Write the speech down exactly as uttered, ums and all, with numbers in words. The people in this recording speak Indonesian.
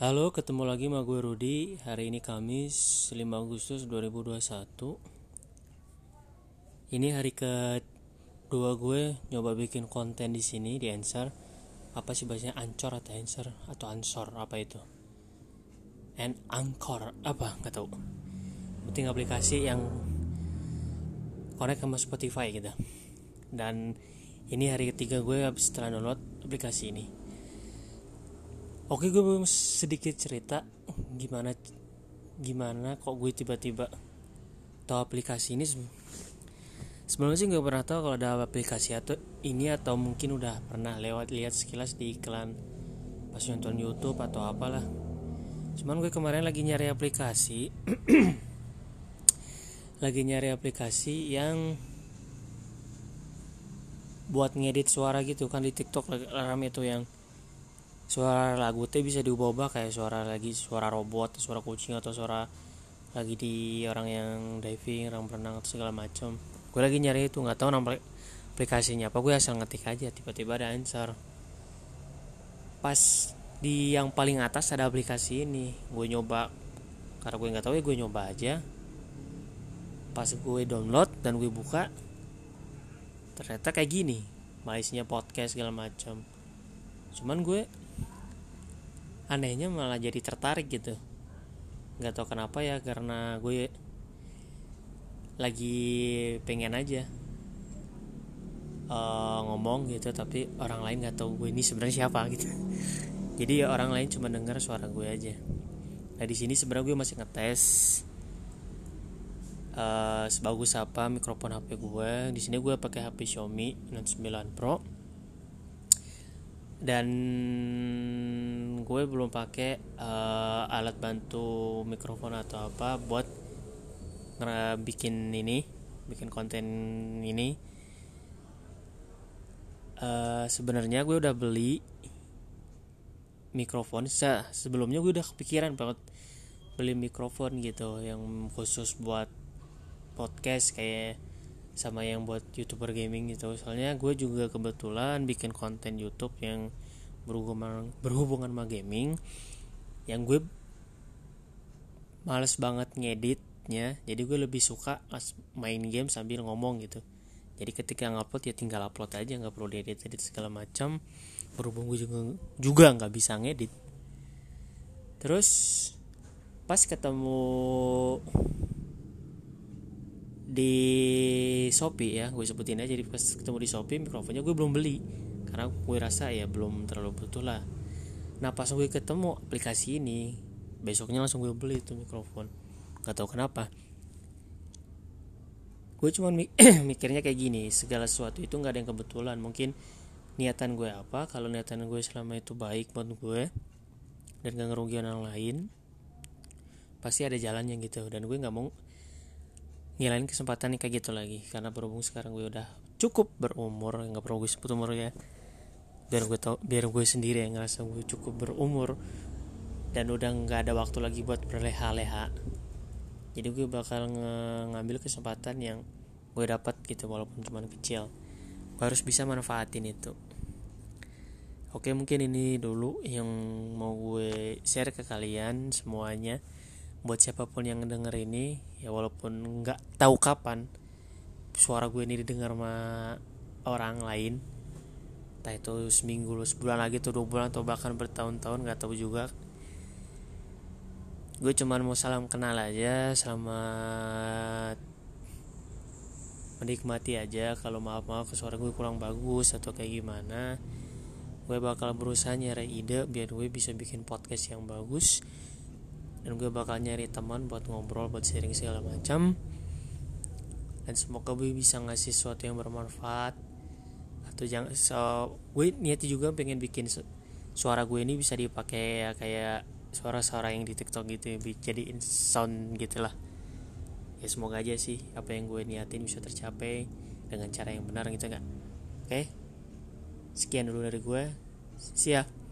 Halo, ketemu lagi sama gue Rudi. Hari ini Kamis lima Agustus dua ribu dua puluh satu. Ini hari kedua gue nyoba bikin konten di sini di Anchor. Apa sih bahasanya, Anchor atau Anchor atau Ansor apa itu? And Anchor apa nggak tahu. Penting aplikasi yang connect sama Spotify gitu. Dan ini hari ketiga gue habis setelah download aplikasi ini. Oke, gue belum sedikit cerita gimana gimana kok gue tiba-tiba tahu aplikasi ini. Sebelumnya sih nggak pernah tahu kalau ada aplikasi atau ini, atau mungkin udah pernah lewat lihat sekilas di iklan pas nonton YouTube atau apalah. Cuman gue kemarin lagi nyari aplikasi, lagi nyari aplikasi yang buat ngedit suara gitu kan. Di TikTok rame tuh yang suara lagu teh bisa diubah-ubah, kayak suara lagi suara robot, suara kucing, atau suara lagi di orang yang diving, orang berenang atau segala macam. Gue lagi nyari itu, nggak tahu nama aplikasinya apa, gue asal ngetik aja, tiba-tiba ada Anchor. Pas di yang paling atas ada aplikasi ini, gue nyoba karena gue nggak tahu ya, gue nyoba aja. Pas gue download dan gue buka, ternyata kayak gini, malah isinya podcast segala macam. Cuman gue anehnya malah jadi tertarik gitu, nggak tahu kenapa ya, karena gue lagi pengen aja uh, ngomong gitu, tapi orang lain nggak tahu gue ini sebenarnya siapa gitu. Jadi ya orang lain cuma dengar suara gue aja. Nah di sini sebenarnya gue masih ngetes uh, sebagus apa mikrofon H P gue. Di sini gue pakai H P Xiaomi Note sembilan Pro. Dan gue belum pakai uh, alat bantu mikrofon atau apa buat bikin ini, bikin konten ini. Uh, sebenarnya gue udah beli mikrofon. Se- sebelumnya gue udah kepikiran banget beli mikrofon gitu, yang khusus buat podcast kayak sama yang buat YouTuber gaming gitu. Soalnya gue juga kebetulan bikin konten YouTube yang berhubungan berhubungan sama gaming, yang gue males banget ngeditnya. Jadi gue lebih suka main game sambil ngomong gitu. Jadi ketika ngupload ya tinggal upload aja, nggak perlu diedit-edit segala macam. Berhubung gue juga juga nggak bisa ngedit. Terus pas ketemu di Shopee ya, gue sebutin aja, jadi pas ketemu di Shopee mikrofonnya gue belum beli karena gue rasa ya belum terlalu butuh lah. Nah pas gue ketemu aplikasi ini, besoknya langsung gue beli itu mikrofon. Gak tahu kenapa, gue cuma mikirnya kayak gini, segala sesuatu itu gak ada yang kebetulan. Mungkin niatan gue apa, kalau niatan gue selama itu baik buat gue dan gak ngerugiin orang lain, pasti ada jalannya gitu. Dan gue gak mau ngilangin kesempatan nih kayak gitu lagi, karena berhubung sekarang gue udah cukup berumur, nggak perlu gue sebut umur ya, biar gue tau, biar gue sendiri yang ngerasa gue cukup berumur dan udah nggak ada waktu lagi buat berleha-leha. Jadi gue bakal nge- ngambil kesempatan yang gue dapat gitu, walaupun cuma kecil. Gue harus bisa manfaatin itu. Oke, mungkin ini dulu yang mau gue share ke kalian semuanya. Buat siapapun yang denger ini, ya walaupun nggak tahu kapan suara gue ini didengar sama orang lain, entah itu seminggu, sebulan lagi, atau dua bulan, atau bahkan bertahun-tahun, nggak tahu juga. Gue cuman mau salam kenal aja, selamat menikmati aja. Kalau maaf-maaf suara gue kurang bagus atau kayak gimana, gue bakal berusaha nyari ide biar gue bisa bikin podcast yang bagus. Dan gue bakal nyari teman buat ngobrol, buat sharing segala macam. Dan semoga gue bisa ngasih sesuatu yang bermanfaat. Atau jangan, so, gue niatnya juga pengen bikin suara gue ini bisa dipakai ya, kayak suara-suara yang di TikTok gitu, jadi sound gitulah. Ya semoga aja sih apa yang gue niatin bisa tercapai dengan cara yang benar gitu kan. Oke, sekian dulu dari gue. See ya.